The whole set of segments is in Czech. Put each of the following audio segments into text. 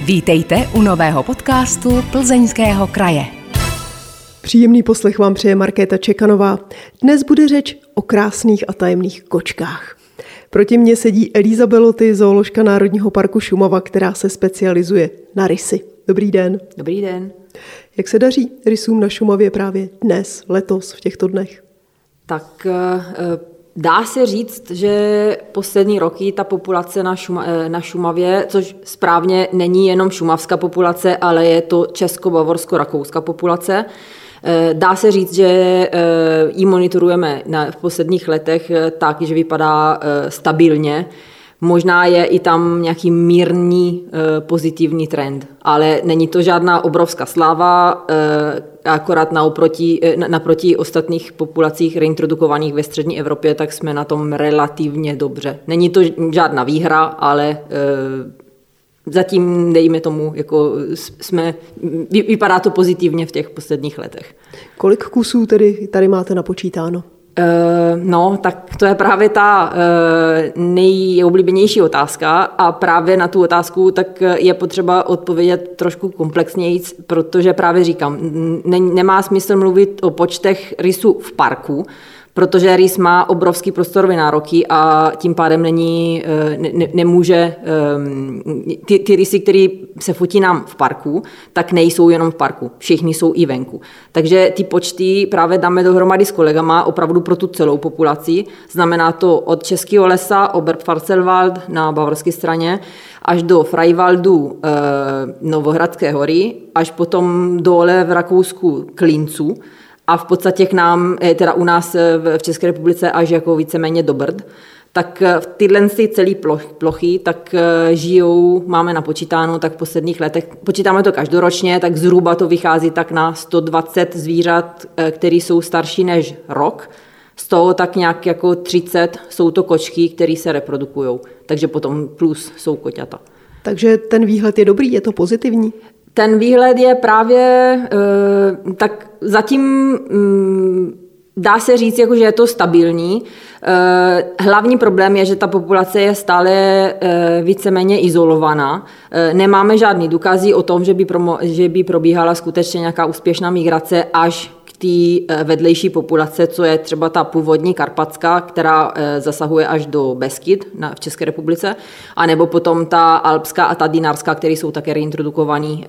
Vítejte u nového podcastu Plzeňského kraje. Příjemný poslech vám přeje Markéta Čekanová. Dnes bude řeč o krásných a tajemných kočkách. Proti mně sedí Elíza Beloty, zooložka Národního parku Šumava, která se specializuje na rysy. Dobrý den. Dobrý den. Jak se daří rysům na Šumavě právě dnes, letos, v těchto dnech? Tak dá se říct, že poslední roky ta populace na Šumavě, což správně není jenom šumavská populace, ale je to česko-bavorsko-rakouská populace. Dá se říct, že ji monitorujeme v posledních letech tak, že vypadá stabilně. Možná je i tam nějaký mírný pozitivní trend, ale není to žádná obrovská sláva, akorát naproti ostatních populacích reintrodukovaných ve střední Evropě, tak jsme na tom relativně dobře. Není to žádná výhra, ale zatím, dejme tomu, jako vypadá to pozitivně v těch posledních letech. Kolik kusů tedy tady máte napočítáno? No, tak to je právě ta nejoblíbenější otázka a právě na tu otázku tak je potřeba odpovědět trošku komplexněji, protože právě říkám, nemá smysl mluvit o počtech rysů v parku, protože rys má obrovský prostorové nároky a tím pádem nemůže, ty rysy, které se fotí nám v parku, tak nejsou jenom v parku, všichni jsou i venku. Takže ty počty právě dáme dohromady s kolegama opravdu pro tu celou populaci. Znamená to od Českého lesa, Oberpfälzerwald na bavorské straně, až do Freiwaldu Novohradské hory, až potom dole v Rakousku k Lincu, a v podstatě k nám, teda u nás v České republice až jako víceméně do Brd, tak v tyhle celé plochy tak žijou, máme napočítáno, tak v posledních letech, počítáme to každoročně, tak zhruba to vychází tak na 120 zvířat, které jsou starší než rok. Z toho tak nějak jako 30 jsou to kočky, které se reprodukují, takže potom plus jsou koťata. Takže ten výhled je dobrý, je to pozitivní? Ten výhled je právě, tak zatím dá se říct, jako, že je to stabilní. Hlavní problém je, že ta populace je stále víceméně izolovaná. Nemáme žádný důkazy o tom, že by probíhala skutečně nějaká úspěšná migrace až k té vedlejší populace, co je třeba ta původní karpatská, která zasahuje až do Beskyd v České republice, anebo potom ta alpská a ta dinárská, které jsou také reintrodukované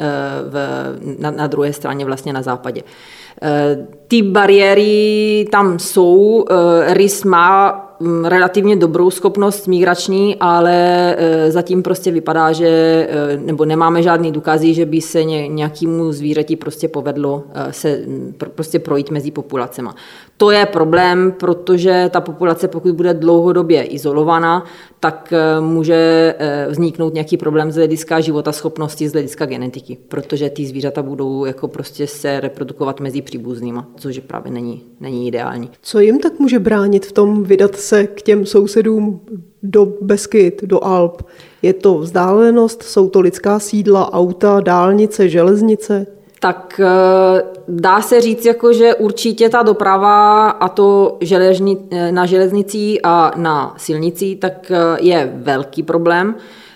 na druhé straně, vlastně na západě. Ty bariéry tam jsou, rys má relativně dobrou schopnost migrační, ale zatím prostě vypadá, že nebo nemáme žádný důkazy, že by se nějakému zvířeti prostě povedlo se prostě projít mezi populacema. To je problém, protože ta populace, pokud bude dlouhodobě izolovaná, tak může vzniknout nějaký problém z hlediska životaschopnosti, z hlediska genetiky, protože ty zvířata budou jako prostě se reprodukovat mezi příbuznýma, což právě není ideální. Co jim tak může bránit v tom vydat se k těm sousedům do Beskyd, do Alp? Je to vzdálenost, jsou to lidská sídla, auta, dálnice, železnice? Tak dá se říct, jako, že určitě ta doprava, a to na železnici a na silnici, tak je velký problém.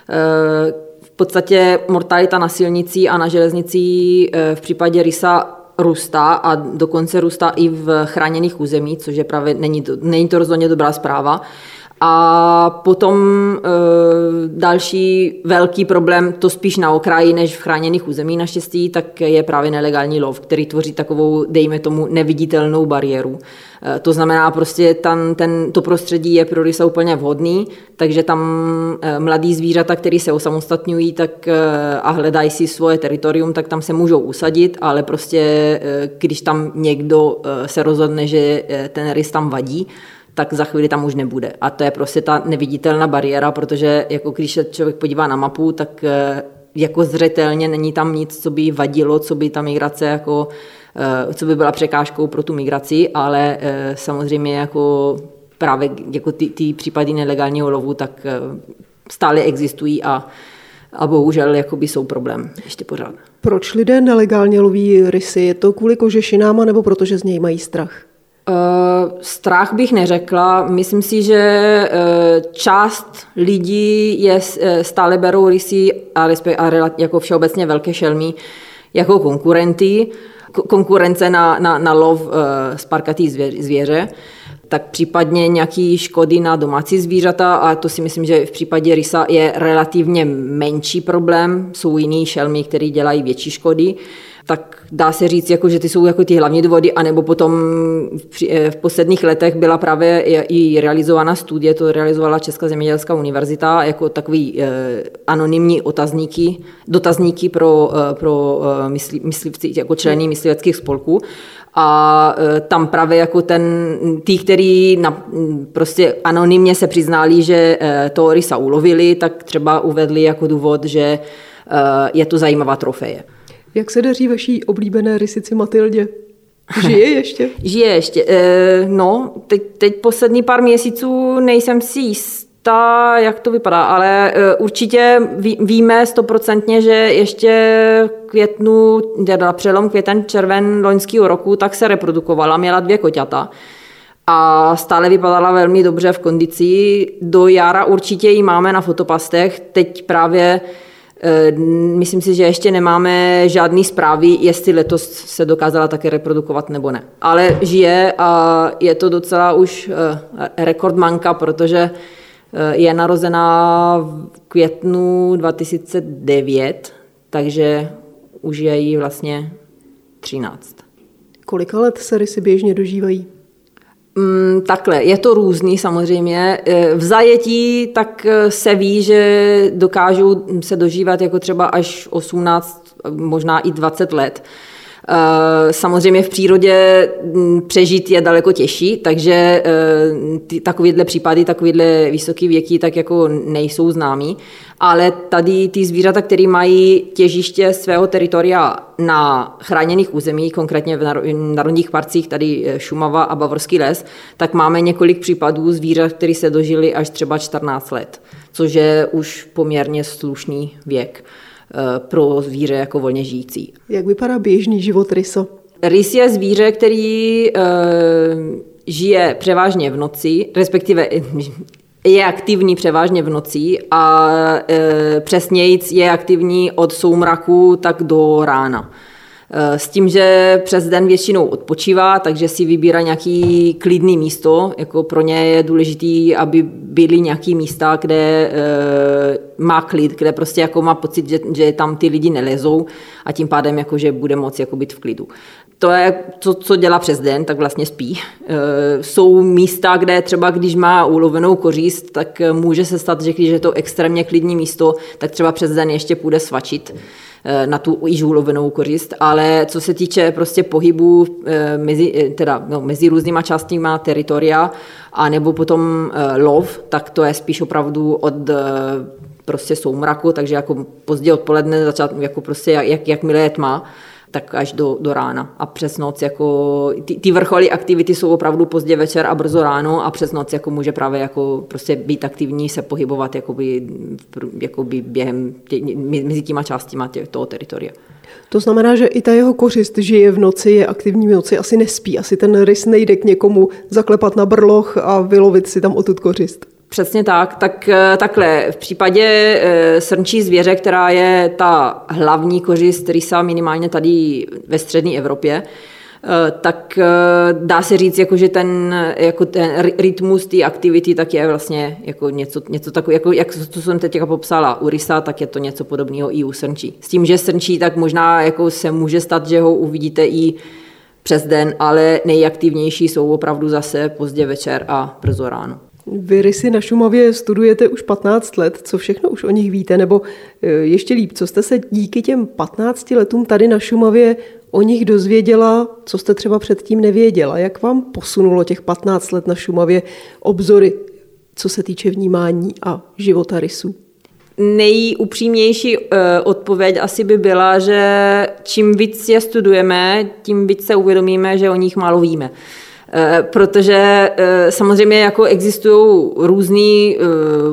V podstatě mortalita na silnici a na železnici v případě rysa růstá a dokonce růstá i v chráněných území, což je právě není to rozhodně dobrá zpráva. A potom další velký problém, to spíš na okraji než v chráněných území naštěstí, tak je právě nelegální lov, který tvoří takovou, dejme tomu, neviditelnou bariéru. To znamená prostě to prostředí je pro rysa úplně vhodný, takže tam mladí zvířata, který se osamostatňují a hledají si svoje teritorium, tak tam se můžou usadit, ale prostě když tam někdo se rozhodne, že ten rys tam vadí, tak za chvíli tam už nebude. A to je prostě ta neviditelná bariéra, protože jako když se člověk podívá na mapu, tak jako zřetelně není tam nic, co by vadilo, co by ta migrace jako, co by byla překážkou pro tu migraci, ale samozřejmě jako právě jako ty případy nelegálního lovu tak stále existují a bohužel jakoby jsou problém ještě pořád. Proč lidé nelegálně loví rysy? Je to kvůli kožešinám, nebo protože z něj mají strach? Strach bych neřekla. Myslím si, že část lidí stále berou rysy a jako všeobecně velké šelmy jako konkurence na lov spárkatý zvěře, tak případně nějaké škody na domácí zvířata, a to si myslím, že v případě rysa je relativně menší problém. Jsou jiný šelmy, které dělají větší škody. Tak dá se říct, jako, že ty jsou jako ty hlavní důvody, anebo potom v posledních letech byla právě i realizována studie, to realizovala Česká zemědělská univerzita, jako takový anonymní dotazníky pro myslivci, jako členy mysliveckých spolků. A tam právě jako tí, kteří prostě anonymně se přiznali, že to rysa ulovili, tak třeba uvedli jako důvod, že je to zajímavá trofeje. Jak se daří vaší oblíbené rysici Matildě? Žije ještě? Žije ještě. No, teď poslední pár měsíců nejsem si jistá, jak to vypadá, ale určitě víme 100%, že ještě přelom květen, červen loňského roku, tak se reprodukovala, měla 2 koťata a stále vypadala velmi dobře v kondici. Do jara určitě ji máme na fotopastech, teď právě myslím si, že ještě nemáme žádný zprávy, jestli letos se dokázala také reprodukovat nebo ne. Ale žije a je to docela už rekordmanka, protože je narozená v květnu 2009, takže už je jí vlastně 13. Kolika let se rysy běžně dožívají? Takhle, je to různý samozřejmě. V zajetí tak se ví, že dokážou se dožívat jako třeba až 18, možná i 20 let. Samozřejmě v přírodě přežít je daleko těžší, takže takovéhle případy, takovéhle vysoké věky tak jako nejsou známí, ale tady ty zvířata, které mají těžiště svého teritoria na chráněných územích, konkrétně v národních parcích, tady Šumava a Bavorský les, tak máme několik případů zvířat, které se dožily až třeba 14 let, což je už poměrně slušný věk pro zvíře jako volně žijící. Jak vypadá běžný život rysa? Rys je zvíře, který žije převážně v noci, respektive je aktivní převážně v noci a přesnějc je aktivní od soumraku tak do rána. S tím, že přes den většinou odpočívá, takže si vybírá nějaký klidný místo. Jako pro ně je důležité, aby byly nějaké místa, kde má klid, kde prostě jako má pocit, že tam ty lidi nelezou a tím pádem jako, že bude moct jako být v klidu. To je to, co dělá přes den, tak vlastně spí. Jsou místa, kde třeba když má ulovenou kořist, tak může se stát, že když je to extrémně klidní místo, tak třeba přes den ještě půjde svačit na tu již ulovenou kořist, ale co se týče prostě pohybu mezi různýma částma teritoria a nebo potom lov, tak to je spíš opravdu od prostě soumraku, takže jako pozdě odpoledne jako prostě jakmile je tma, tak až do rána. A přes noc jako ty vrcholy aktivity jsou opravdu pozdě večer a brzo ráno a přes noc jako může právě jako prostě být aktivní, se pohybovat jakoby během mezi těma částima toho teritoria. To znamená, že i ta jeho kořist žije v noci, je aktivní v noci, asi nespí. Asi ten rys nejde k někomu zaklepat na brloch a vylovit si tam odtud kořist. Přesně tak. Takhle. V případě srnčí zvěře, která je ta hlavní kořist rysa minimálně tady ve střední Evropě, tak dá se říct, jako, že ten rytmus té aktivity tak je vlastně jako něco takové, jako, jak to jsem teď popsala u rysa, tak je to něco podobného i u srnčí. S tím, že srnčí tak možná jako se může stát, že ho uvidíte i přes den, ale nejaktivnější jsou opravdu zase pozdě večer a brzo ráno. Vy rysy na Šumavě studujete už 15 let, co všechno už o nich víte, nebo ještě líp, co jste se díky těm 15 letům tady na Šumavě o nich dozvěděla, co jste třeba předtím nevěděla? Jak vám posunulo těch 15 let na Šumavě obzory, co se týče vnímání a života rysů? Nejupřímnější odpověď asi by byla, že čím víc je studujeme, tím víc se uvědomíme, že o nich málo víme. Protože samozřejmě jako existují různý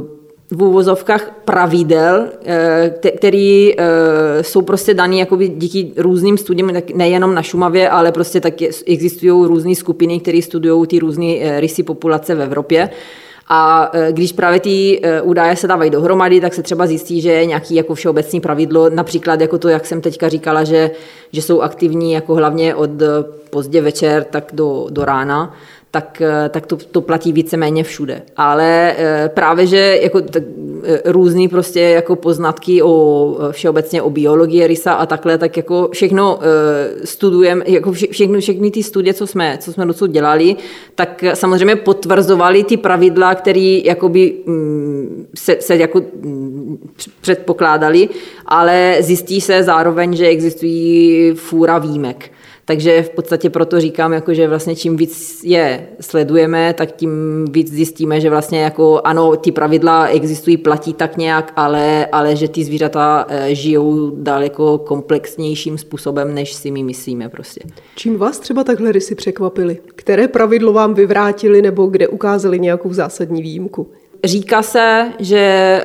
v úvozovkách pravidel, které jsou prostě dané jakoby díky různým studiím, nejenom na Šumavě, ale prostě tak existují různé skupiny, které studují ty různé rysy populace v Evropě. A když právě ty údaje se dávají dohromady, tak se třeba zjistí, že je nějaký jako všeobecný pravidlo, například jako to, jak jsem teďka říkala, že jsou aktivní jako hlavně od pozdě večer tak do rána, tak to platí víceméně všude. Ale právě, že jako různý prostě jako poznatky všeobecně o biologii rysa a takhle, tak jako všechno studujeme, jako všechny ty studie, co jsme dosud dělali, tak samozřejmě potvrzovali ty pravidla, které jakoby se jako předpokládali, ale zjistí se zároveň, že existují fůra výjimek. Takže v podstatě proto říkám, jako, že vlastně čím víc je sledujeme, tak tím víc zjistíme, že vlastně jako ano, ty pravidla existují, platí tak nějak, ale že ty zvířata žijou daleko komplexnějším způsobem, než si my myslíme prostě. Čím vás třeba takhle rysy překvapily? Které pravidlo vám vyvrátili nebo kde ukázali nějakou zásadní výjimku? Říká se, že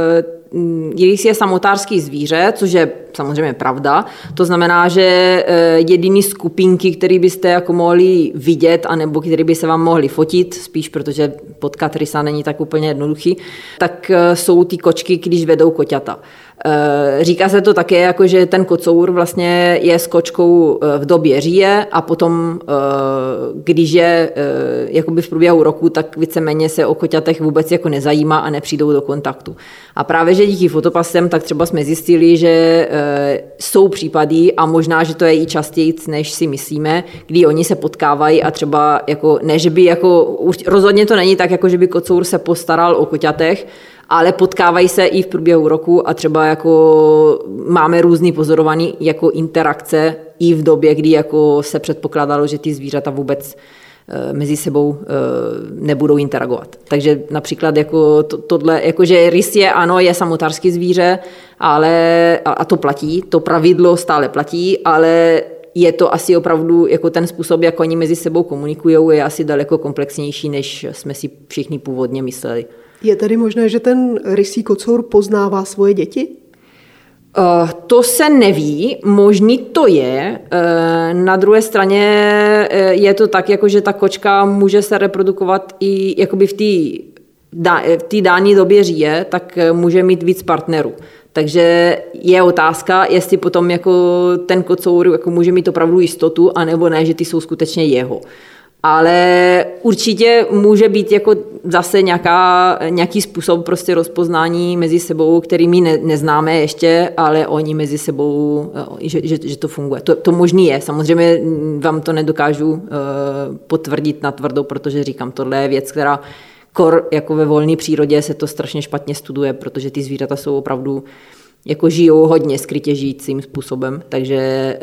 rys je samotářský zvíře, což je samozřejmě pravda. To znamená, že jediný skupinky, které byste jako mohli vidět, anebo které by se vám mohly fotit, spíš protože potkat rysa není tak úplně jednoduchý, tak jsou ty kočky, když vedou koťata. Říká se to také, jako že ten kocour vlastně je s kočkou v době říje a potom, když je jakoby v průběhu roku, tak víceméně se o koťatech vůbec jako nezajímá a nepřijdou do kontaktu. A právě, že díky fotopasem, tak třeba jsme zjistili, že jsou případy a možná, že to je i častěji, než si myslíme, kdy oni se potkávají a třeba jako, ne, že by jako, rozhodně to není tak, jako že by kocour se postaral o koťatech, ale potkávají se i v průběhu roku a třeba jako máme různý pozorovaný jako interakce i v době, kdy jako se předpokládalo, že ty zvířata vůbec mezi sebou nebudou interagovat. Takže například jako tohle, jakože rys je samotářský zvíře, ale a to platí, to pravidlo stále platí, ale je to asi opravdu jako ten způsob, jak oni mezi sebou komunikují, je asi daleko komplexnější, než jsme si všichni původně mysleli. Je tedy možné, že ten rysí kocour poznává svoje děti? To se neví, možný to je. Na druhé straně je to tak, jako že ta kočka může se reprodukovat i jakoby v té dané době říje, tak může mít víc partnerů. Takže je otázka, jestli potom jako ten kocour jako může mít opravdu jistotu, anebo ne, že ty jsou skutečně jeho. Ale určitě může být jako zase nějaký způsob prostě rozpoznání mezi sebou, který my neznáme ještě, ale oni mezi sebou, že to funguje. To možný je. Samozřejmě vám to nedokážu potvrdit natvrdo, protože říkám, tohle je věc, která jako ve volné přírodě se to strašně špatně studuje, protože ty zvířata jsou opravdu jako žijou hodně skrytě žijícím způsobem, takže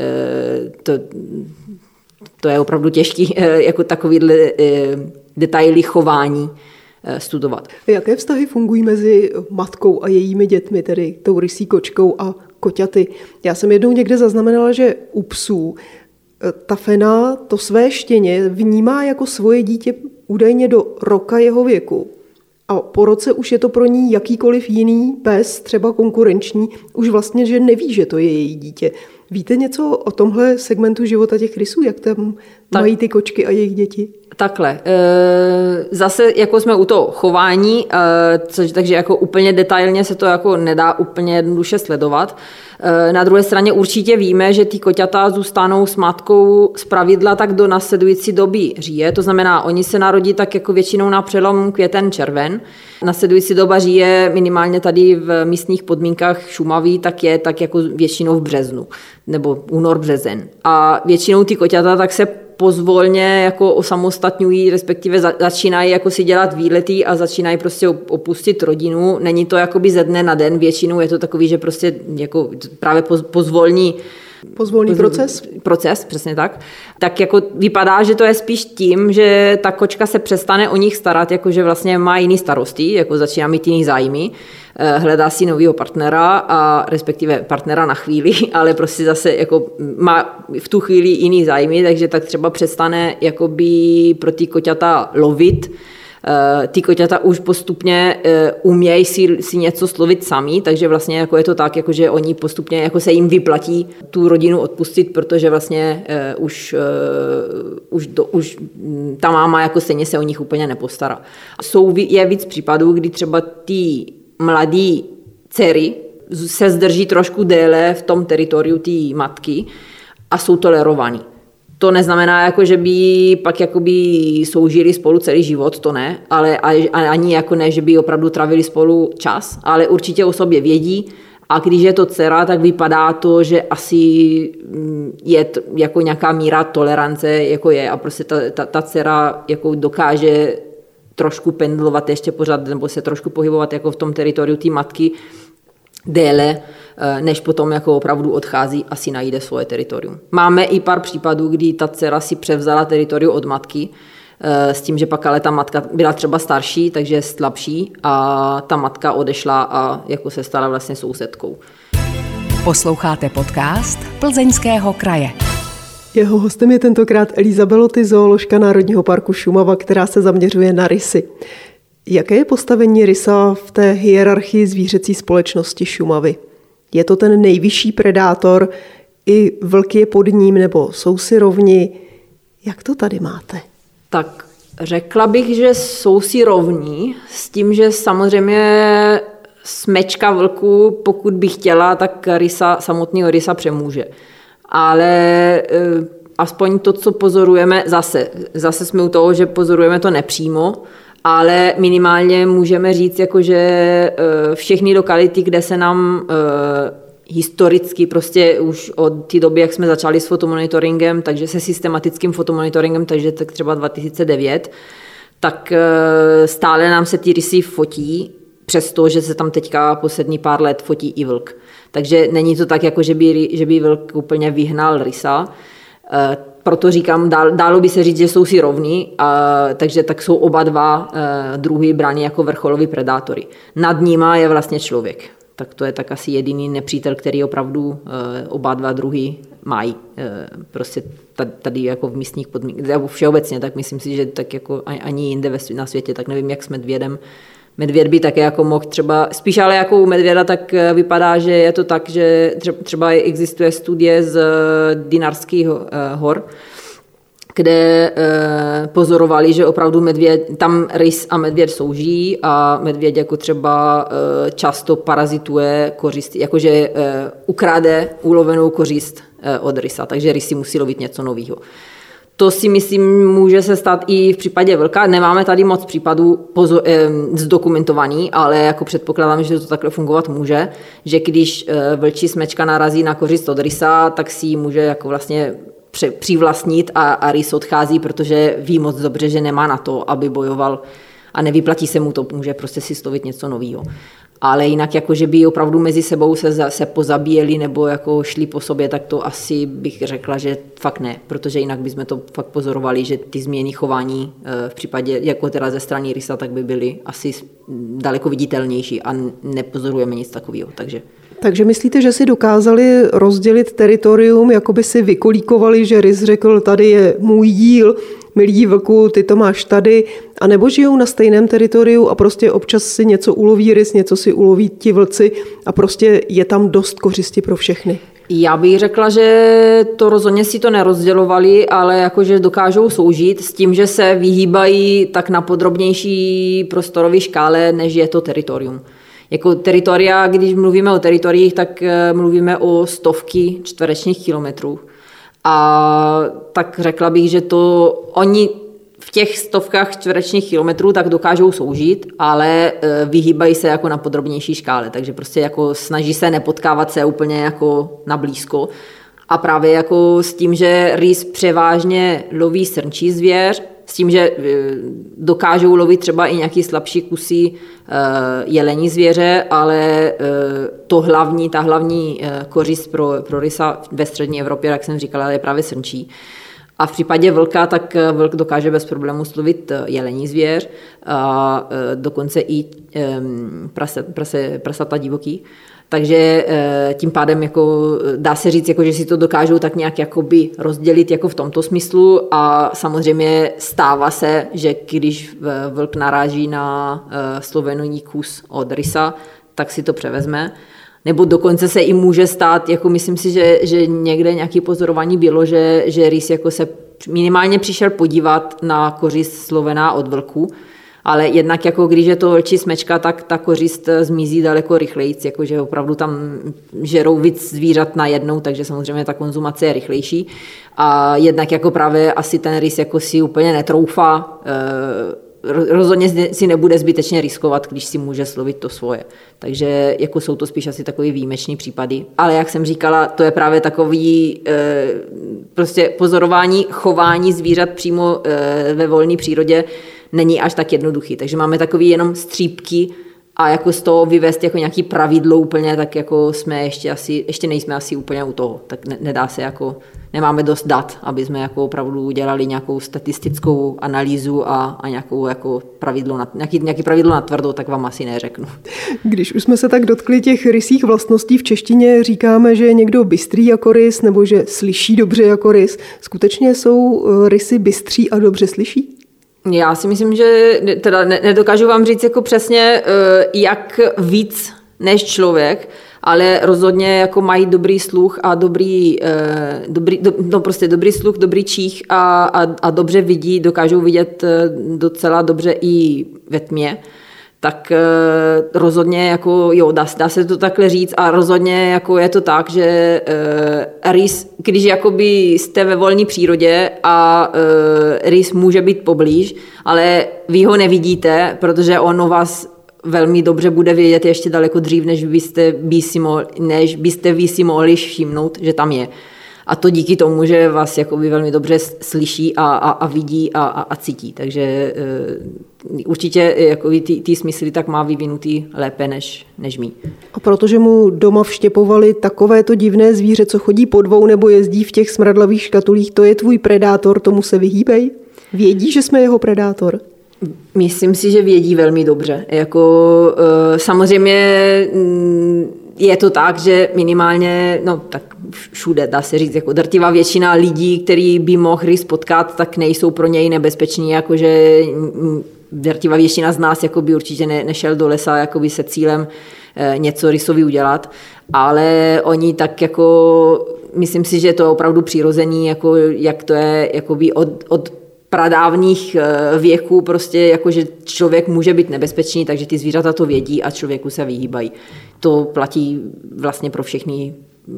to je opravdu těžký jako takovýhle detaily chování studovat. Jaké vztahy fungují mezi matkou a jejími dětmi, tedy tou rysí kočkou a koťaty? Já jsem jednou někde zaznamenala, že u psů ta fena to své štěně vnímá jako svoje dítě údajně do roka jeho věku. A po roce už je to pro ní jakýkoliv jiný pes, třeba konkurenční, už vlastně, že neví, že to je její dítě. Víte něco o tomhle segmentu života těch rysů, jak tam mají ty kočky a jejich děti? Takhle. Zase jako jsme u toho chování, takže jako úplně detailně se to jako nedá úplně jednoduše sledovat. Na druhé straně určitě víme, že ty koťata zůstanou s matkou zpravidla tak do následující doby říje. To znamená, oni se narodí tak jako většinou na přelom květen-červen. Následující doba říje minimálně tady v místních podmínkách Šumavy tak je tak jako většinou v březnu nebo únor-březen. A většinou ty koťata tak se pozvolně jako osamostatňují, respektive začínají jako si dělat výlety a začínají prostě opustit rodinu. Není to jakoby ze dne na den, většinou je to takový, že prostě jako právě pozvolní proces, přesně tak. Tak jako vypadá, že to je spíš tím, že ta kočka se přestane o nich starat, jakože vlastně má jiný starosti, jako začíná mít jiný zájmy, hledá si novýho partnera a respektive partnera na chvíli, ale prostě zase jako má v tu chvíli jiný zájmy, takže tak třeba přestane jakoby pro ty koťata lovit, Ty koťata už postupně umějí si něco slovit sami, takže vlastně jako je to tak, jako že oni postupně jako se jim vyplatí tu rodinu odpustit, protože vlastně už ta máma jako stejně se o nich úplně nepostará. Je víc případů, kdy třeba ty mladé dcery se zdrží trošku déle v tom teritoriu té matky a jsou tolerovaní. To neznamená, jako, že by pak jakoby soužili spolu celý život, to ne, ale ani jako ne, že by opravdu travili spolu čas, ale určitě o sobě vědí a když je to dcera, tak vypadá to, že asi je jako nějaká míra tolerance, jako je a prostě ta dcera jako dokáže trošku pendlovat ještě pořád nebo se trošku pohybovat jako v tom teritoriu té matky déle, než potom jako opravdu odchází a si najde svoje teritorium. Máme i pár případů, kdy ta dcera si převzala teritorium od matky, s tím, že pak ale ta matka byla třeba starší, takže slabší a ta matka odešla a jako se stala vlastně sousedkou. Posloucháte podcast Plzeňského kraje. Jeho hostem je tentokrát Elíza Beloty, zooložka Národního parku Šumava, která se zaměřuje na rysy. Jaké je postavení rysa v té hierarchii zvířecí společnosti Šumavy? Je to ten nejvyšší predátor, i vlk je pod ním, nebo jsou si rovni? Jak to tady máte? Tak řekla bych, že jsou si rovní, s tím, že samozřejmě smečka vlku, pokud by chtěla, tak samotného rysa přemůže. Ale aspoň to, co pozorujeme, zase jsme u toho, že pozorujeme to nepřímo, ale minimálně můžeme říct, jako, že všechny lokality, kde se nám historicky prostě už od té doby, jak jsme začali s fotomonitoringem, takže se systematickým fotomonitoringem, takže tak třeba 2009, tak stále nám se ty rysy fotí, přesto, že se tam teďka poslední pár let fotí i vlk. Takže není to tak, jako že by vlk úplně vyhnal rysa. Proto říkám, dálo by se říct, že jsou si rovní, takže tak jsou oba dva druhy brány jako vrcholoví predátory. Nad nima je vlastně člověk. Tak to je tak asi jediný nepřítel, který opravdu oba dva druhy mají. Prostě tady jako v místních podmínkách, nebo všeobecně, tak myslím si, že tak jako ani jinde na světě, tak nevím, jak s medvědem. Medvěd by také jako mohl třeba, spíš ale jako u medvěda, tak vypadá, že je to tak, že třeba existuje studie z Dinarských hor, kde pozorovali, že opravdu tam rys a medvěd soužijí a medvěd jako třeba často parazituje kořist, jakože ukráde ulovenou kořist od rysa, takže rys si musí lovit něco nového. To si myslím, může se stát i v případě vlka. Nemáme tady moc případů zdokumentovaný, ale jako předpokládám, že to takhle fungovat může, že když vlčí smečka narazí na kořist od rysa, tak si ji může jako vlastně přivlastnit a rys odchází, protože ví moc dobře, že nemá na to, aby bojoval a nevyplatí se mu to, může prostě si stovit něco nového. Ale jinak, jako, že by opravdu mezi sebou se pozabíjeli nebo jako šli po sobě, tak to asi bych řekla, že fakt ne, protože jinak bychom to fakt pozorovali, že ty změny chování v případě, jako teda ze strany rysa, tak by byly asi daleko viditelnější a nepozorujeme nic takového, Takže myslíte, že si dokázali rozdělit teritorium, jako by si vykolíkovali, že rys řekl, tady je můj díl, milý vlku, ty to máš tady, a nebo žijou na stejném teritoriu a prostě občas si něco uloví rys, něco si uloví ti vlci a prostě je tam dost kořisti pro všechny? Já bych řekla, že to rozhodně si to nerozdělovali, ale jakože dokážou soužít s tím, že se vyhýbají tak na podrobnější prostorové škále, než je to teritorium. Jako teritoria, když mluvíme o teritoriích, tak mluvíme o stovky čtverečních kilometrů. A tak řekla bych, že to oni v těch stovkách čtverečních kilometrů tak dokážou soužít, ale vyhýbají se jako na podrobnější škále, takže prostě jako snaží se nepotkávat se úplně jako na blízko. A právě jako s tím, že rys převážně loví srnčí zvěř, s tím, že dokážou lovit třeba i nějaký slabší kusy jelení zvěře, ale ta hlavní kořist pro rysa ve střední Evropě, jak jsem říkala, je právě srnčí. A v případě vlka, tak vlk dokáže bez problémů slovit jelení zvěř, a dokonce i prasata divoký. Takže tím pádem jako dá se říct, jako, že si to dokážou tak nějak jakoby rozdělit jako v tomto smyslu a samozřejmě stává se, že když vlk naráží na slovený kus od rysa, tak si to převezme. Nebo dokonce se i může stát, jako myslím si, že někde nějaké pozorování bylo, že rys jako se minimálně přišel podívat na kořist slovená od vlku, ale jednak jako když je to vlčí smečka, tak ta kořist zmizí daleko rychleji, jakože opravdu tam žerou víc zvířat najednou, takže samozřejmě ta konzumace je rychlejší. A jednak jako právě asi ten rys jako si úplně netroufá, rozhodně si nebude zbytečně riskovat, když si může slovit to svoje. Takže jako jsou to spíš asi takový výjimeční případy. Ale jak jsem říkala, to je právě takový prostě pozorování chování zvířat přímo ve volné přírodě není až tak jednoduchý. Takže máme takový jenom střípky a jako z toho vyvést jako nějaký pravidlo úplně, tak jako jsme ještě nejsme asi úplně u toho. Tak nedá se jako, nemáme dost dat, aby jsme jako opravdu udělali nějakou statistickou analýzu a nějakou jako pravidlo, nějaký pravidlo na tvrdo, tak vám asi neřeknu. Když už jsme se tak dotkli těch rysích vlastností v češtině, říkáme, že je někdo bystrý jako rys nebo že slyší dobře jako rys. Skutečně jsou rysy bystří a dobře slyší? Já si myslím, že teda nedokážu vám říct jako přesně, jak víc než člověk, ale rozhodně jako mají dobrý sluch a dobrý sluch, dobrý čích a dobře vidí, dokážou vidět docela dobře i ve tmě. Tak rozhodně jako jo, dá se to takhle říct a rozhodně jako je to tak, že rys, když jakoby jste ve volné přírodě a rys může být poblíž, ale vy ho nevidíte, protože on o vás velmi dobře bude vědět ještě daleko dřív, než byste vy si mohli všimnout, že tam je. A to díky tomu, že vás jakoby velmi dobře slyší a vidí a cítí. Takže určitě jakoby ty smysly tak má vyvinutý lépe než my. A protože mu doma vštěpovali takovéto divné zvíře, co chodí po dvou nebo jezdí v těch smradlavých škatulích, to je tvůj predátor, tomu se vyhýbej? Vědí, že jsme jeho predátor? Myslím si, že vědí velmi dobře. Jako, samozřejmě je to tak, že minimálně, no tak všude dá se říct, jako drtivá většina lidí, který by mohl rys potkat, tak nejsou pro něj nebezpeční, jakože drtivá většina z nás jako by určitě nešel do lesa jakoby se cílem něco rysovi udělat, ale oni tak jako, myslím si, že to je opravdu přirozený, jako jak to je jakoby od pradávných věků, prostě jakože člověk může být nebezpečný, takže ty zvířata to vědí a člověku se vyhýbají. To platí vlastně pro všechny,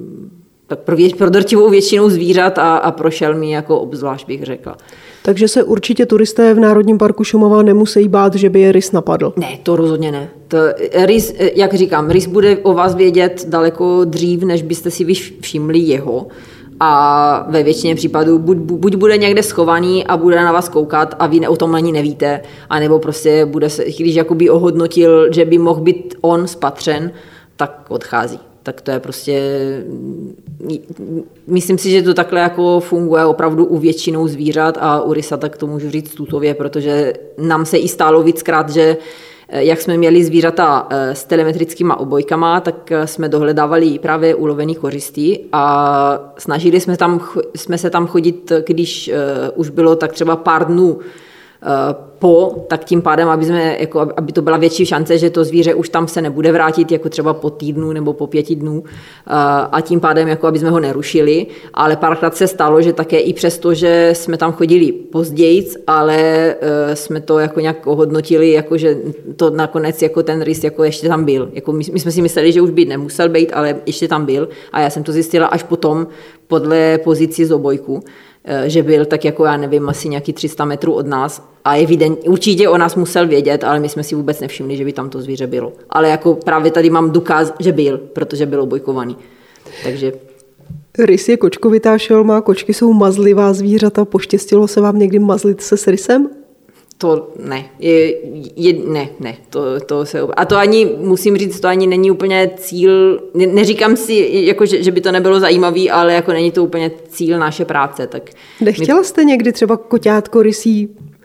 pro drtivou většinu zvířat a pro šelmy jako obzvlášť bych řekla. Takže se určitě turisté v Národním parku Šumava nemusí bát, že by je rys napadl. Ne, to rozhodně ne. Rys, jak říkám, rys bude o vás vědět daleko dřív, než byste si všimli jeho. A ve většině případů buď bude někde schovaný a bude na vás koukat a vy o tom ani nevíte, anebo prostě bude se, když jakoby ohodnotil, že by mohl být on spatřen, tak odchází. Tak to je prostě, myslím si, že to takhle jako funguje opravdu u většinou zvířat a u rysa tak to můžu říct tutově, protože nám se i stálo víckrát, že jak jsme měli zvířata s telemetrickýma obojkama, tak jsme dohledávali právě ulovený kořisty a snažili jsme se tam chodit, když už bylo tak třeba pár dnů tak tím pádem, aby to byla větší šance, že to zvíře už tam se nebude vrátit, jako třeba po týdnu nebo po 5 dnů a tím pádem, jako aby jsme ho nerušili, ale párkrát se stalo, že také i přesto, že jsme tam chodili později, ale jsme to jako nějak ohodnotili, jako že to nakonec jako ten rys jako ještě tam byl. Jako my jsme si mysleli, že už by nemusel být, ale ještě tam byl a já jsem to zjistila až potom podle pozici z obojku, že byl tak jako, já nevím, asi nějaký 300 metrů od nás a určitě o nás musel vědět, ale my jsme si vůbec nevšimli, že by tam to zvíře bylo. Ale jako právě tady mám důkaz, že byl, protože byl obojkovaný. Takže... Rys je kočkovitá šelma, kočky jsou mazlivá zvířata. Poštěstilo se vám někdy mazlit se s rysem? To ne. Ne. To se, a to ani, musím říct, to ani není úplně cíl, neříkám si, jako, že by to nebylo zajímavý, ale jako není to úplně cíl naše práce. Tak nechtěla jste někdy třeba koťátko rysí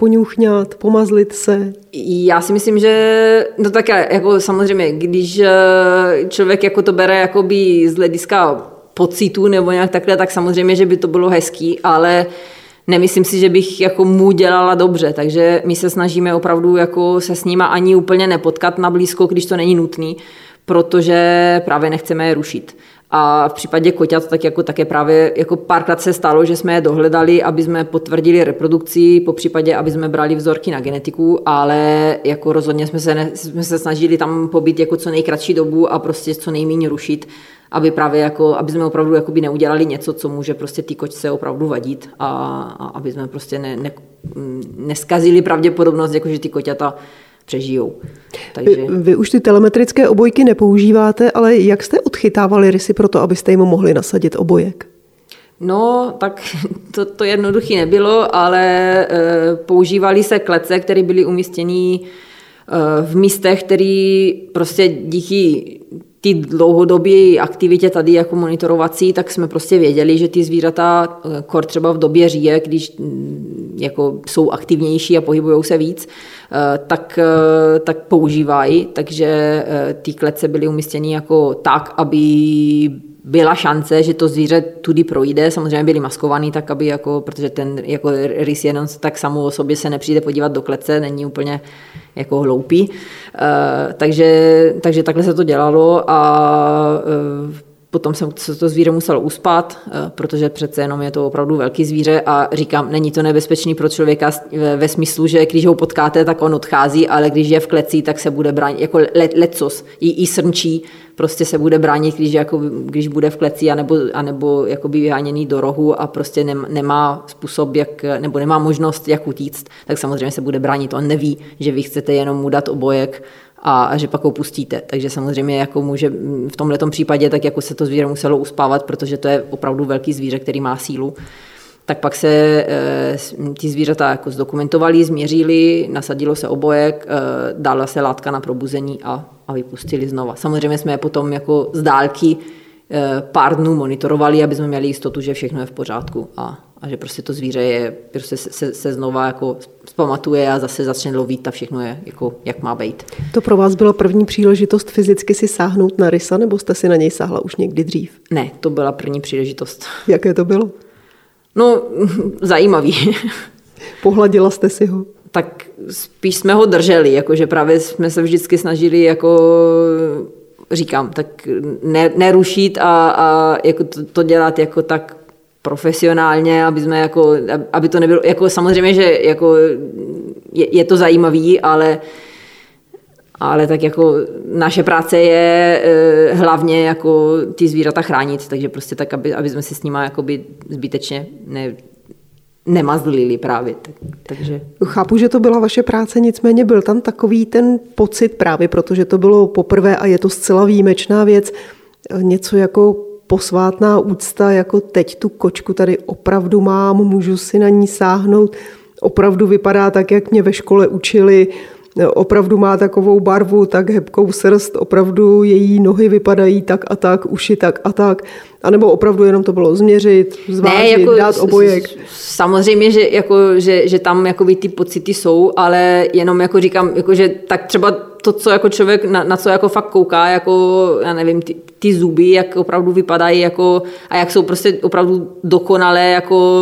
poňuchňat, pomazlit se? Já si myslím, že no tak jako samozřejmě, když člověk jako to bere jakoby z hlediska pocitu nebo nějak takhle, tak samozřejmě, že by to bylo hezký, ale nemyslím si, že bych jako mu dělala dobře, takže my se snažíme opravdu jako se s nima ani úplně nepotkat na blízko, když to není nutný, protože právě nechceme je rušit. A v případě koťat tak jako také právě jako párkrát se stalo, že jsme je dohledali, aby jsme potvrdili reprodukci, po případě, aby jsme brali vzorky na genetiku, ale jako rozhodně jsme se snažili tam pobít jako co nejkratší dobu a prostě co nejméně rušit, aby právě jako, aby jsme opravdu jakoby neudělali něco, co může prostě té kočce opravdu vadit a aby jsme prostě neskazili pravděpodobnost, jako že ty koťata přežijou. Takže... Vy už ty telemetrické obojky nepoužíváte, ale jak jste odchytávali rysy pro to, abyste jim mohli nasadit obojek? No, tak to jednoduché nebylo, ale používali se klece, které byly umístěny v místech, které prostě díky ty dlouhodobé aktivitě tady jako monitorovací, tak jsme prostě věděli, že ty zvířata kor třeba v době říje, když jako jsou aktivnější a pohybují se víc, tak používají, takže ty klece byly umístěny jako tak, aby byla šance, že to zvíře tudy projde, samozřejmě byly maskovaný, tak aby jako, protože ten jako rys jenom tak samo o sobě se nepřijde podívat do klece, není úplně jako hloupý. Takže takhle se to dělalo a potom se to zvíře muselo uspat, protože přece jenom je to opravdu velký zvíře a říkám, není to nebezpečný pro člověka ve smyslu, že když ho potkáte, tak on odchází, ale když je v kleci, tak se bude bránit, jako lecos, i srnčí, prostě se bude bránit, když bude v kleci anebo jakoby vyháněný do rohu a prostě nemá způsob, nebo nemá možnost, jak utíct, tak samozřejmě se bude bránit. On neví, že vy chcete jenom mu dát obojek a že pak ho pustíte. Takže samozřejmě jako může v tomhletom případě tak jako se to zvíře muselo uspávat, protože to je opravdu velký zvíře, který má sílu. Tak pak se ty zvířata jako zdokumentovali, změřili, nasadilo se obojek, dala se látka na probuzení a vypustili znova. Samozřejmě jsme je potom jako z dálky pár dnů monitorovali, aby jsme měli jistotu, že všechno je v pořádku a že prostě to zvíře prostě se znova jako zpamatuje a zase začne lovit a všechno je jako jak má být. To pro vás byla první příležitost fyzicky si sáhnout na rysa, nebo jste si na něj sáhla už někdy dřív? Ne, to byla první příležitost. Jaké to bylo? No, zajímavý. Pohladila jste si ho? Tak spíš jsme ho drželi, jakože právě jsme se vždycky snažili jako říkám, tak nerušit a jako to dělat jako tak profesionálně, aby to nebylo, jako samozřejmě, že jako je to zajímavý, ale tak jako naše práce je hlavně jako ty zvířata chránit, takže prostě tak, aby jsme si s nima jakoby zbytečně nemazlili právě. Takže. Chápu, že to byla vaše práce, nicméně byl tam takový ten pocit právě, protože to bylo poprvé a je to zcela výjimečná věc, něco jako posvátná úcta, jako teď tu kočku tady opravdu mám, můžu si na ní sáhnout, opravdu vypadá tak, jak mě ve škole učili, opravdu má takovou barvu, tak hebkou srst, opravdu její nohy vypadají tak a tak, uši tak a tak, anebo opravdu jenom to bylo změřit, zvážit, jako, dát obojek. Samozřejmě, že tam jakoby ty pocity jsou, ale jenom jako říkám, jako, že tak třeba to, co jako člověk, na co jako fakt kouká, jako, já nevím, ty zuby, jak opravdu vypadají, jako, a jak jsou prostě opravdu dokonalé, jako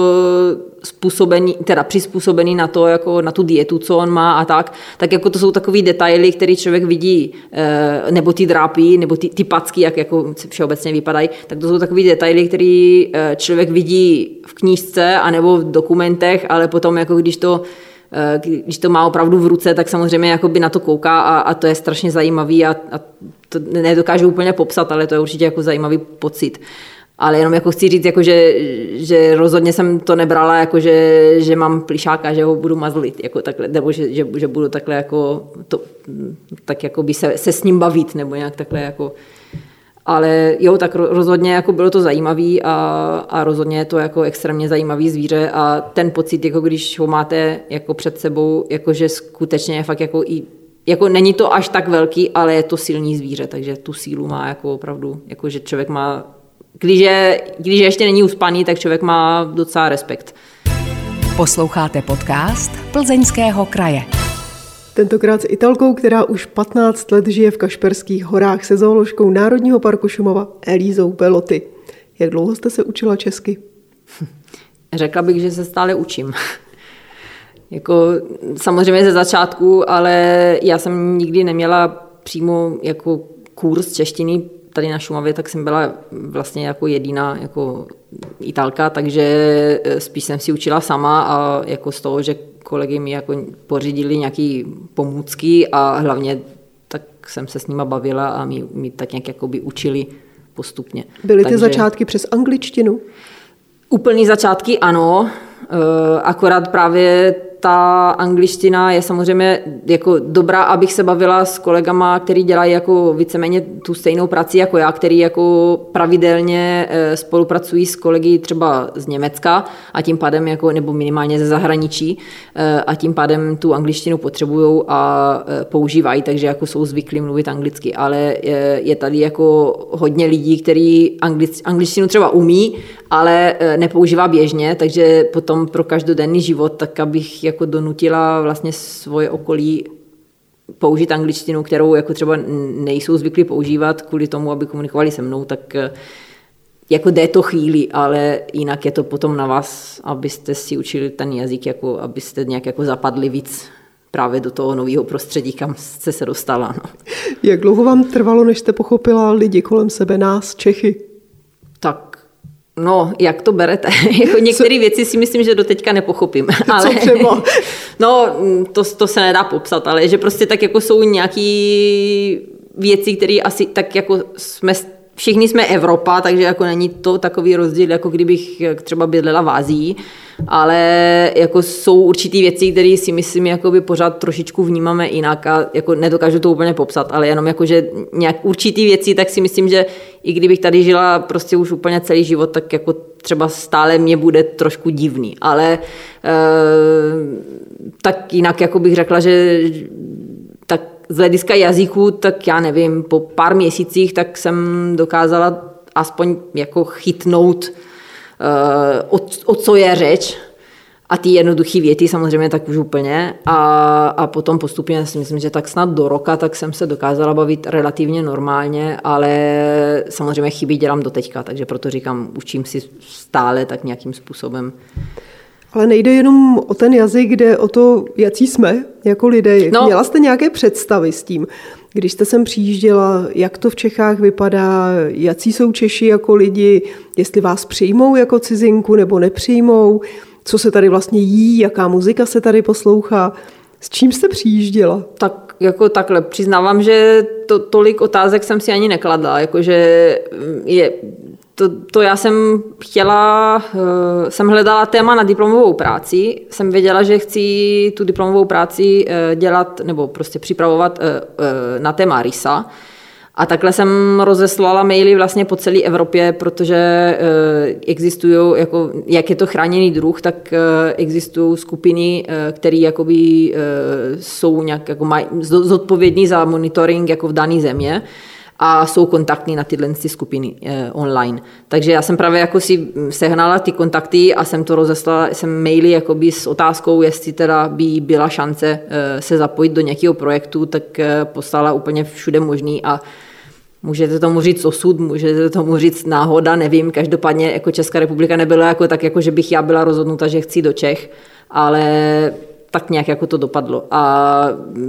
přizpůsobený na to, jako na tu dietu, co on má a tak jako to jsou takový detaily, který člověk vidí, nebo ty drápy, nebo ty packy, jak jako všeobecně vypadají, tak to jsou takový detaily, který člověk vidí v knížce anebo v dokumentech, ale potom jako když to má opravdu v ruce, tak samozřejmě jakoby na to kouká a to je strašně zajímavý a to nedokážu úplně popsat, ale to je určitě jako zajímavý pocit. Ale jenom jako chci říct, jako že rozhodně jsem to nebrala, jako že mám plišáka, že ho budu mazlit, jako takhle, nebo že budu takhle jako tak jako by se s ním bavit, nebo nějak takhle jako. Ale jo, tak rozhodně jako bylo to zajímavý a rozhodně je to jako extrémně zajímavý zvíře a ten pocit, jako když ho máte jako před sebou, jako že skutečně je fakt jako i jako není to až tak velký, ale je to silný zvíře, takže tu sílu má jako opravdu, jako že člověk má, když ještě není uspaný, tak člověk má docela respekt. Posloucháte podcast Plzeňského kraje. Tentokrát s Italkou, která už 15 let žije v Kašperských horách, se zooložkou Národního parku Šumava Elízou Beloty. Jak dlouho jste se učila česky? Řekla bych, že se stále učím. Jako, samozřejmě ze začátku, ale já jsem nikdy neměla přímo jako kurz češtiny tady na Šumavě, tak jsem byla vlastně jako jediná jako Italka, takže spíš jsem si učila sama a jako z toho, že kolegy mi jako pořídili nějaké pomůcky a hlavně tak jsem se s nima bavila a mi tak nějak jakoby učili postupně. Byly ty začátky přes angličtinu? Úplný začátky ano, akorát právě ta angličtina je samozřejmě jako dobrá, abych se bavila s kolegama, kteří dělají jako víceméně tu stejnou práci jako já, který jako pravidelně spolupracují s kolegy třeba z Německa a tím pádem jako, nebo minimálně ze zahraničí a tím pádem tu angličtinu potřebují a používají, takže jako jsou zvyklí mluvit anglicky, ale je tady jako hodně lidí, kteří angličtinu třeba umí, ale nepoužívá běžně, takže potom pro každodenní život, tak abych jako donutila vlastně svoje okolí použít angličtinu, kterou jako třeba nejsou zvyklí používat kvůli tomu, aby komunikovali se mnou, tak jako jde to chvíli, ale jinak je to potom na vás, abyste si učili ten jazyk, jako abyste nějak jako zapadli víc právě do toho nového prostředí, kam jste se dostala. No. Jak dlouho vám trvalo, než jste pochopila lidi kolem sebe, nás, Čechy? Tak no, jak to berete? Jako některé věci si myslím, že doteďka nepochopím. Ale, co třeba? No, to se nedá popsat, ale že prostě tak jako jsou nějaké věci, které asi tak jako všichni jsme Evropa, takže jako není to takový rozdíl, jako kdybych třeba bydlela v Asii, ale jako jsou určitý věci, které si myslím, jakoby pořád trošičku vnímáme jinak a jako nedokážu to úplně popsat, ale jenom jako, že nějak určitý věci, tak si myslím, že i kdybych tady žila prostě už úplně celý život, tak jako třeba stále mě bude trošku divný, ale tak jinak jako bych řekla, že tak z hlediska jazyku, tak já nevím, po pár měsících tak jsem dokázala aspoň jako chytnout, o co je řeč a ty jednoduché věty samozřejmě tak už úplně a potom postupně si myslím, že tak snad do roka tak jsem se dokázala bavit relativně normálně, ale samozřejmě chyby dělám do teďka, takže proto říkám, učím si stále tak nějakým způsobem. Ale nejde jenom o ten jazyk, jde o to, jací jsme jako lidé. No. Měla jste nějaké představy s tím, když jste sem přijížděla, jak to v Čechách vypadá, jací jsou Češi jako lidi, jestli vás přijmou jako cizinku nebo nepřijmou, co se tady vlastně jí, jaká muzika se tady poslouchá. S čím jste přijížděla? Tak jako takhle, přiznávám, že tolik otázek jsem si ani nekladla, jakože to já jsem hledala téma na diplomovou práci, jsem věděla, že chci tu diplomovou práci dělat nebo prostě připravovat na téma rysa. A takhle jsem rozeslala maily vlastně po celé Evropě, protože existují, jako, jak je to chráněný druh, tak existují skupiny, které jakoby jsou nějak jako zodpovědní za monitoring jako v dané země a jsou kontaktní na tyhle skupiny online. Takže já jsem právě jako si sehnala ty kontakty a jsem to rozeslala, jsem maily jakoby s otázkou, jestli teda by byla šance se zapojit do nějakého projektu, tak poslala úplně všude možný a můžete tomu říct osud, můžete tomu říct náhoda, nevím, každopádně jako Česká republika nebyla jako tak, jako že bych já byla rozhodnuta, že chci do Čech, ale tak nějak jako to dopadlo. A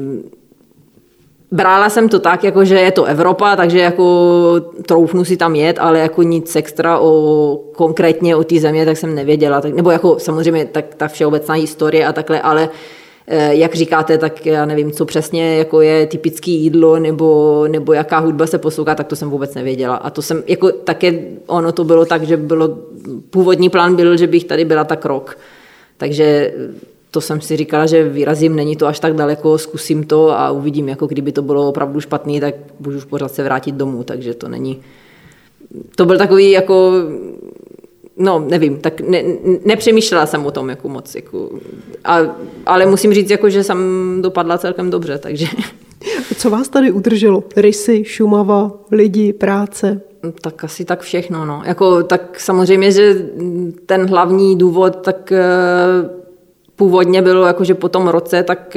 brala jsem to tak, jako že je to Evropa, takže jako troufnu si tam jet, ale jako nic extra konkrétně o té země, tak jsem nevěděla. Nebo jako samozřejmě tak ta všeobecná historie a takhle, ale jak říkáte, tak já nevím, co přesně jako je typické jídlo nebo jaká hudba se poslouchá, tak to jsem vůbec nevěděla. A to jsem jako také, ono to bylo tak, že původní plán byl, že bych tady byla tak rok. Takže to jsem si říkala, že vyrazím, není to až tak daleko, zkusím to a uvidím, jako kdyby to bylo opravdu špatný, tak můžu už pořád se vrátit domů, takže to není. To byl takový jako, no nevím, tak nepřemýšlela jsem o tom jako moc, jako, ale musím říct, jako, že jsem dopadla celkem dobře, takže. Co vás tady udrželo? Rysy, Šumava, lidi, práce? Tak asi tak všechno, no. Jako, tak samozřejmě, že ten hlavní důvod, tak původně bylo jakože po tom roce, tak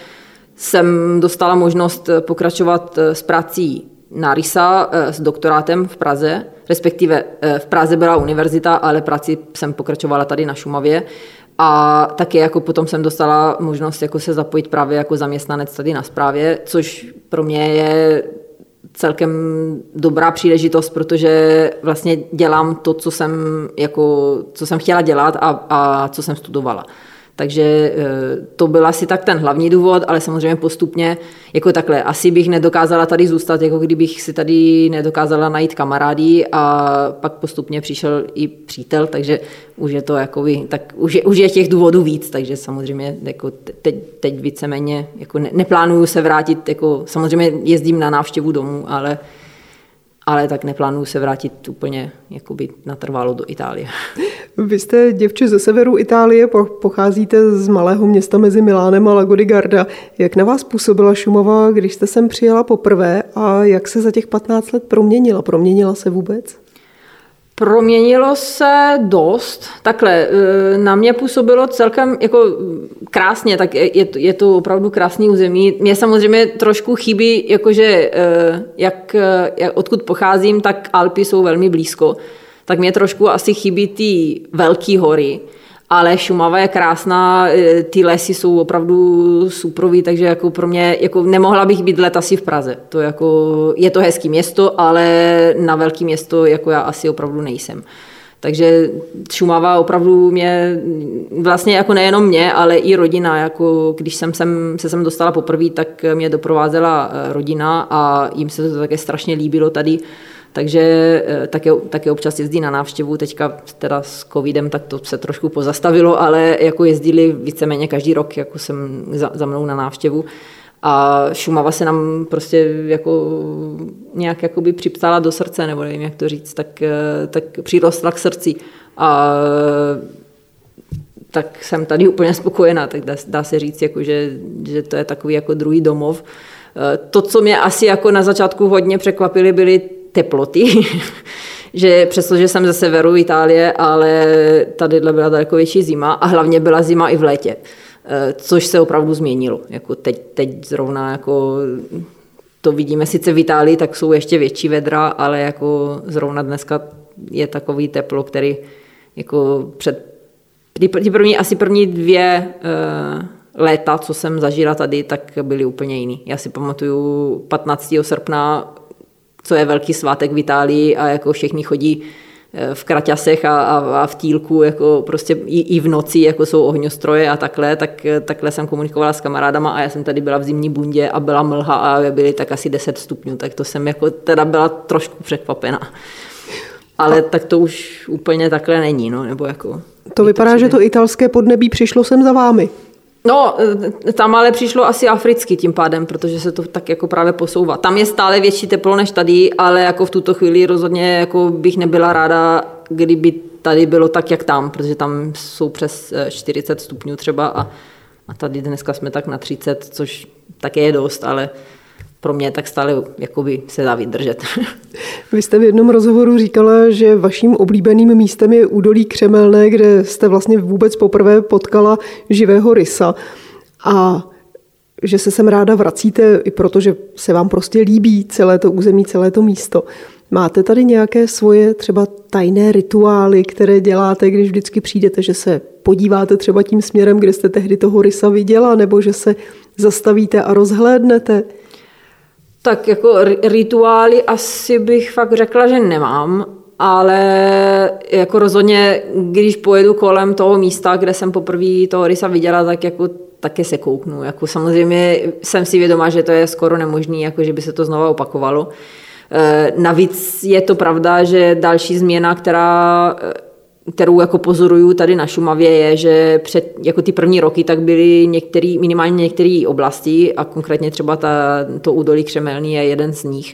jsem dostala možnost pokračovat s prací na RISA s doktorátem v Praze, respektive v Praze byla univerzita, ale práci jsem pokračovala tady na Šumavě. A taky jako potom jsem dostala možnost jako se zapojit právě jako zaměstnanec tady na správě, což pro mě je celkem dobrá příležitost, protože vlastně dělám to, co jsem chtěla dělat a co jsem studovala. Takže to byl asi tak ten hlavní důvod, ale samozřejmě postupně jako takhle. Asi bych nedokázala tady zůstat, jako kdybych si tady nedokázala najít kamarády a pak postupně přišel i přítel, takže už je to jakoby, tak už je těch důvodů víc, takže samozřejmě jako teď víceméně jako neplánuju se vrátit, jako samozřejmě jezdím na návštěvu domů, ale tak neplánuju se vrátit úplně jakoby natrvalo do Itálie. Vy jste děvče ze severu Itálie, pocházíte z malého města mezi Milánem a Lago di Garda. Jak na vás působila Šumava, když jste sem přijela poprvé a jak se za těch 15 let proměnila? Proměnila se vůbec? Proměnilo se dost. Takhle, na mě působilo celkem jako krásně, tak je to opravdu krásný území. Mně samozřejmě trošku chybí, jakože odkud pocházím, tak Alpy jsou velmi blízko. Tak mě trošku asi chybí ty velké hory, ale Šumava je krásná, ty lesy jsou opravdu suprový, takže jako pro mě jako nemohla bych bydlet asi v Praze. To jako, je to hezký město, ale na velké město jako já asi opravdu nejsem. Takže Šumava opravdu mě, vlastně jako nejenom mě, ale i rodina, jako když jsem se sem dostala poprvé, tak mě doprovázela rodina a jim se to také strašně líbilo tady. Takže také občas jezdí na návštěvu, teďka teda s covidem, tak to se trošku pozastavilo, ale jako jezdili víceméně každý rok, jako jsem za mnou na návštěvu. A Šumava se nám prostě jako nějak jakoby připsala do srdce, nebo nevím, jak to říct, tak přirostla k srdci. A tak jsem tady úplně spokojená, tak dá se říct, jako, že to je takový jako druhý domov. To, co mě asi jako na začátku hodně překvapily, byly teploty, že přestože jsem ze severu Itálie, ale tady byla daleko větší zima a hlavně byla zima i v létě, což se opravdu změnilo. Jako teď zrovna jako to vidíme sice v Itálii, tak jsou ještě větší vedra, ale jako zrovna dneska je takový teplo, který jako asi první 2 léta, co jsem zažila tady, tak byly úplně jiný. Já si pamatuju 15. srpna, co je velký svátek v Itálii a jako všichni chodí v kraťasech a v tílku, jako prostě i v noci, jako jsou ohňostroje a takhle jsem komunikovala s kamarádama a já jsem tady byla v zimní bundě a byla mlha a byly tak asi 10 stupňů, tak to jsem jako teda byla trošku překvapená. Ale tak to už úplně takhle není, no, nebo jako... To vypadá, že to italské podnebí přišlo sem za vámi. No, tam ale přišlo asi africky tím pádem, protože se to tak jako právě posouvá. Tam je stále větší teplo než tady, ale jako v tuto chvíli rozhodně jako bych nebyla ráda, kdyby tady bylo tak, jak tam, protože tam jsou přes 40 stupňů třeba a tady dneska jsme tak na 30, což také je dost, ale pro mě tak stále jakoby se dá vydržet. Vy jste v jednom rozhovoru říkala, že vaším oblíbeným místem je údolí Křemelné, kde jste vlastně vůbec poprvé potkala živého rysa a že se sem ráda vracíte i proto, že se vám prostě líbí celé to území, celé to místo. Máte tady nějaké svoje třeba tajné rituály, které děláte, když vždycky přijdete, že se podíváte třeba tím směrem, kde jste tehdy toho rysa viděla, nebo že se zastavíte a rozhlédnete? Tak jako rituály asi bych fakt řekla, že nemám, ale jako rozhodně, když pojedu kolem toho místa, kde jsem poprvé toho rysa viděla, tak jako také se kouknu. Jako samozřejmě jsem si vědomá, že to je skoro nemožné, jako že by se to znova opakovalo. Navíc je to pravda, že další změna, kterou jako pozoruju tady na Šumavě, je, že jako ty první roky tak byly minimálně některé oblasti a konkrétně třeba to údolí Křemelný je jeden z nich,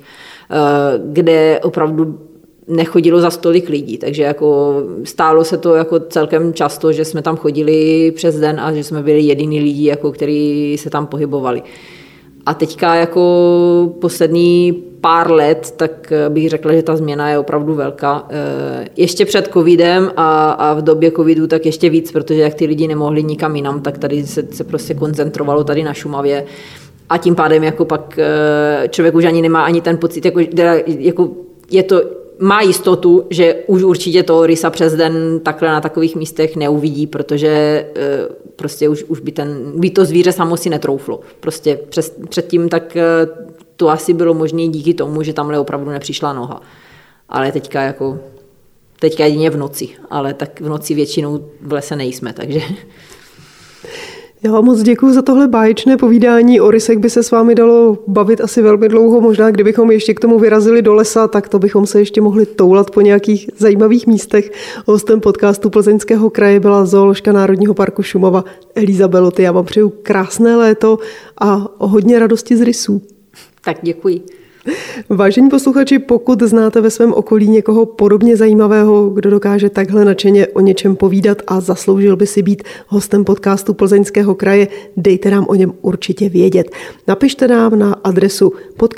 kde opravdu nechodilo za tolik lidí, takže jako stálo se to jako celkem často, že jsme tam chodili přes den a že jsme byli jediný lidi, jako kteří se tam pohybovali. A teďka jako poslední pár let, tak bych řekla, že ta změna je opravdu velká. Ještě před covidem a v době covidu tak ještě víc, protože jak ty lidi nemohli nikam jinam, tak tady se prostě koncentrovalo tady na Šumavě. A tím pádem jako pak člověk už ani nemá ani ten pocit, jako je to, má jistotu, že už určitě to rysa přes den takhle na takových místech neuvidí, protože prostě už by to zvíře samo si netrouflo. Prostě předtím tak to asi bylo možné díky tomu, že tamhle opravdu nepřišla noha. Ale teďka jedině v noci, ale tak v noci většinou v lese nejsme, takže... Já vám moc děkuji za tohle báječné povídání. O rysech by se s vámi dalo bavit asi velmi dlouho. Možná kdybychom ještě k tomu vyrazili do lesa, tak to bychom se ještě mohli toulat po nějakých zajímavých místech. Hostem podcastu Plzeňského kraje byla zooložka Národního parku Šumava Elíza Beloty. Já vám přeju krásné léto a hodně radosti z rysů. Tak děkuji. Vážení posluchači, pokud znáte ve svém okolí někoho podobně zajímavého, kdo dokáže takhle nadšeně o něčem povídat a zasloužil by si být hostem podcastu Plzeňského kraje, dejte nám o něm určitě vědět. Napište nám na adresu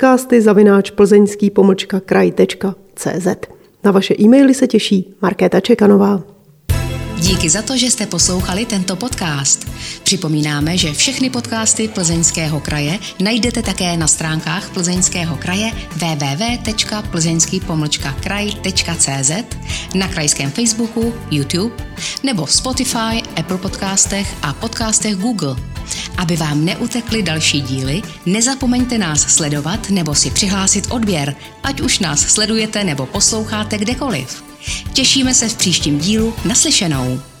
podcasty@plzeňský-kraj.cz. Na vaše e-maily se těší Markéta Čekanová. Díky za to, že jste poslouchali tento podcast. Připomínáme, že všechny podcasty Plzeňského kraje najdete také na stránkách Plzeňského kraje www.plzeňský-kraj.cz, na krajském Facebooku, YouTube nebo v Spotify, Apple podcastech a podcastech Google. Aby vám neutekly další díly, nezapomeňte nás sledovat nebo si přihlásit odběr, ať už nás sledujete nebo posloucháte kdekoliv. Těšíme se v příštím dílu. Naslyšenou.